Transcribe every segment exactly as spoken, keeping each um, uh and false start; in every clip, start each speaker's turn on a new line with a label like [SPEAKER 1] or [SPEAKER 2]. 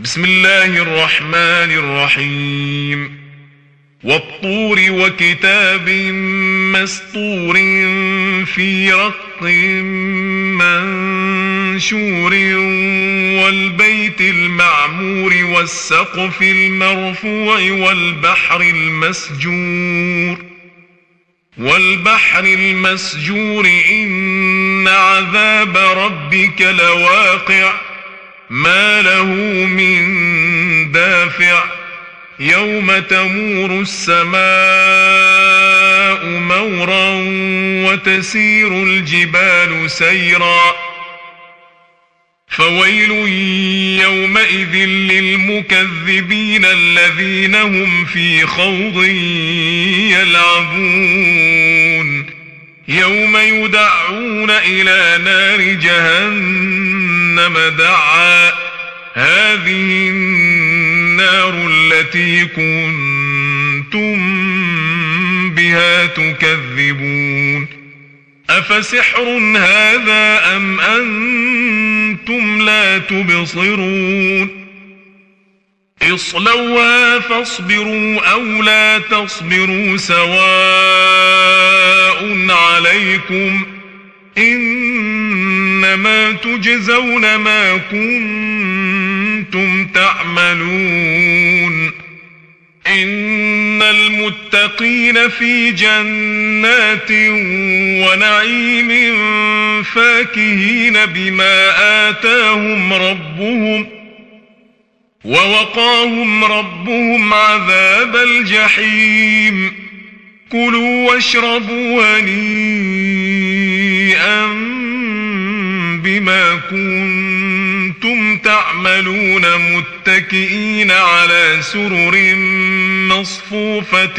[SPEAKER 1] بسم الله الرحمن الرحيم والطور وكتاب مسطور في رق منشور والبيت المعمور والسقف المرفوع والبحر المسجور والبحر المسجور إن عذاب ربك لواقع ما له من دافع يوم تمور السماء مورا وتسير الجبال سيرا فويل يومئذ للمكذبين الذين هم في خوض يلعبون يوم يدعون إلى نار جهنم دعا هذه النار التي كنتم بها تكذبون أفسحر هذا أم أنتم لا تبصرون اصلوها فاصبروا أو لا تصبروا سواء عليكم إنما تجزون ما كنتم تعملون إن المتقين في جنات ونعيم فاكهين بما آتاهم ربهم ووقاهم ربهم عذاب الجحيم كلوا واشربوا هنيئا بما كنتم تعملون متكئين على سرر مصفوفة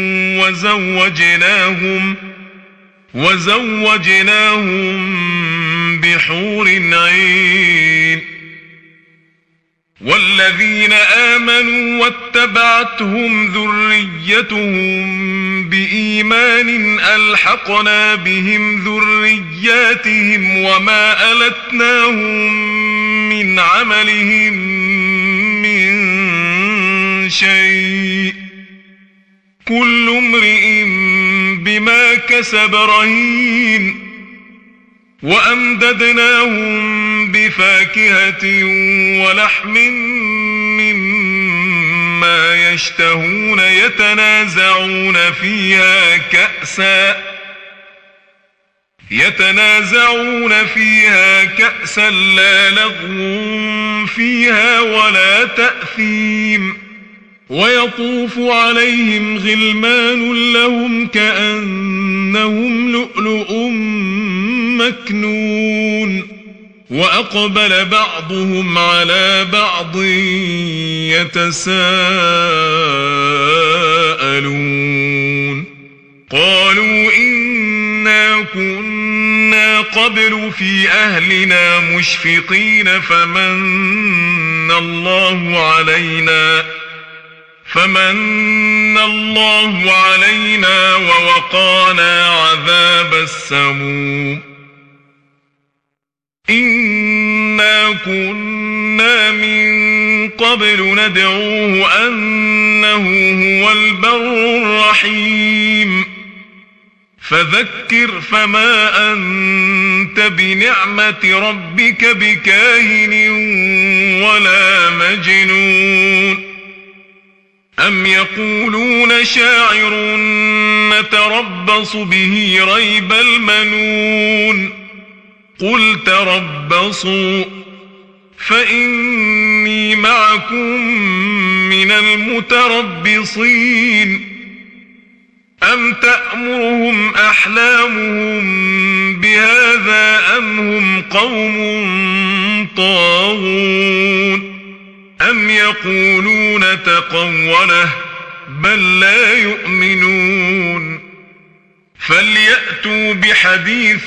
[SPEAKER 1] وزوجناهم وزوجناهم بحور عين والذين آمنوا واتبعتهم ذريتهم بإيمان ألحقنا بهم ذرياتهم وما ألتناهم من عملهم من شيء كل امرئ بما كسب رهين وأمددناهم بفاكهة ولحم مما يشتهون يتنازعون فيها كأسا يتنازعون فيها كأسا لا لغو فيها ولا تأثيم ويطوف عليهم غلمان لهم كأنهم لؤلؤ مكنون وأقبل بعضهم على بعض يتساءلون قالوا إنا كنا قبل في أهلنا مشفقين فمن الله علينا فمن الله علينا ووقانا عذاب السموم إنا كنا من قبل ندعوه أنه هو البر الرحيم فذكر فما أنت بنعمة ربك بكاهن ولا مجنون أم يقولون شاعر نتربص به ريب المنون قل تربصوا فإني معكم من المتربصين أم تأمرهم أحلامهم بهذا أم هم قوم طاغون أم يقولون تقوله بل لا يؤمنون فليأتوا بحديث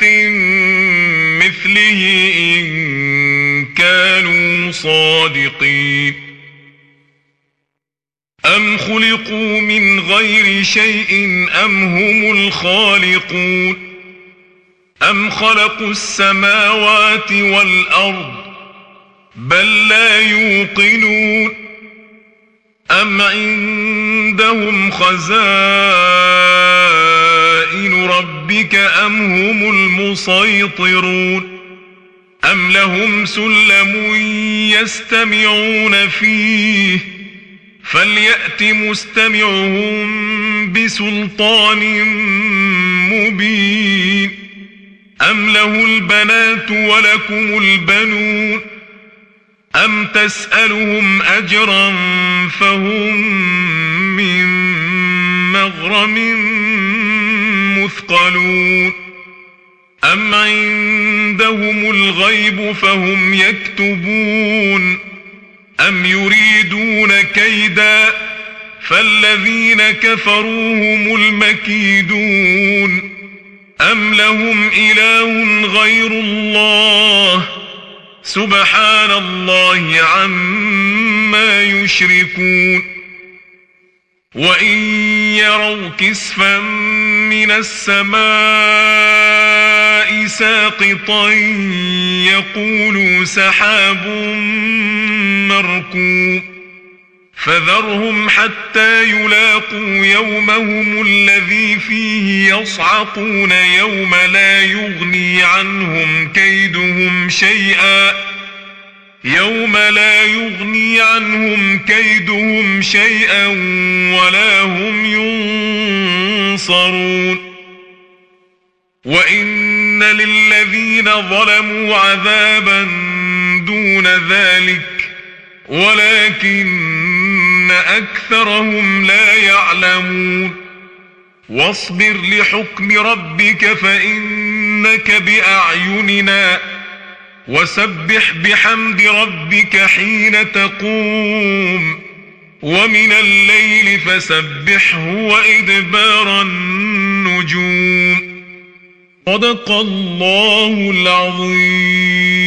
[SPEAKER 1] مثله إن كانوا صادقين أم خلقوا من غير شيء أم هم الخالقون أم خلقوا السماوات والأرض بل لا يوقنون أم عندهم خزائن ربك أم هم المسيطرون أم لهم سلم يستمعون فيه فليأت مستمعهم بسلطان مبين أم له البنات ولكم البنون أم تسألهم أجرا فهم من مغرم مثقلون أم عندهم الغيب فهم يكتبون أم يريدون كيدا فالذين كفروا هم المكيدون أم لهم إله غير الله سبحان الله عما يشركون وإن يروا كسفا من السماء ساقطا يقولوا سحاب مركوم فذرهم حتى يلاقوا يومهم الذي فيه يصعقون يوم لا يغني عنهم كيدهم شيئا يوم لا يغني عنهم كيدهم شيئا ولا هم ينصرون وإن للذين ظلموا عذابا دون ذلك ولكن أكثرهم لا يعلمون واصبر لحكم ربك فإنك بأعيننا وسبح بحمد ربك حين تقوم ومن الليل فسبحه وإدبار النجوم صدق الله العظيم.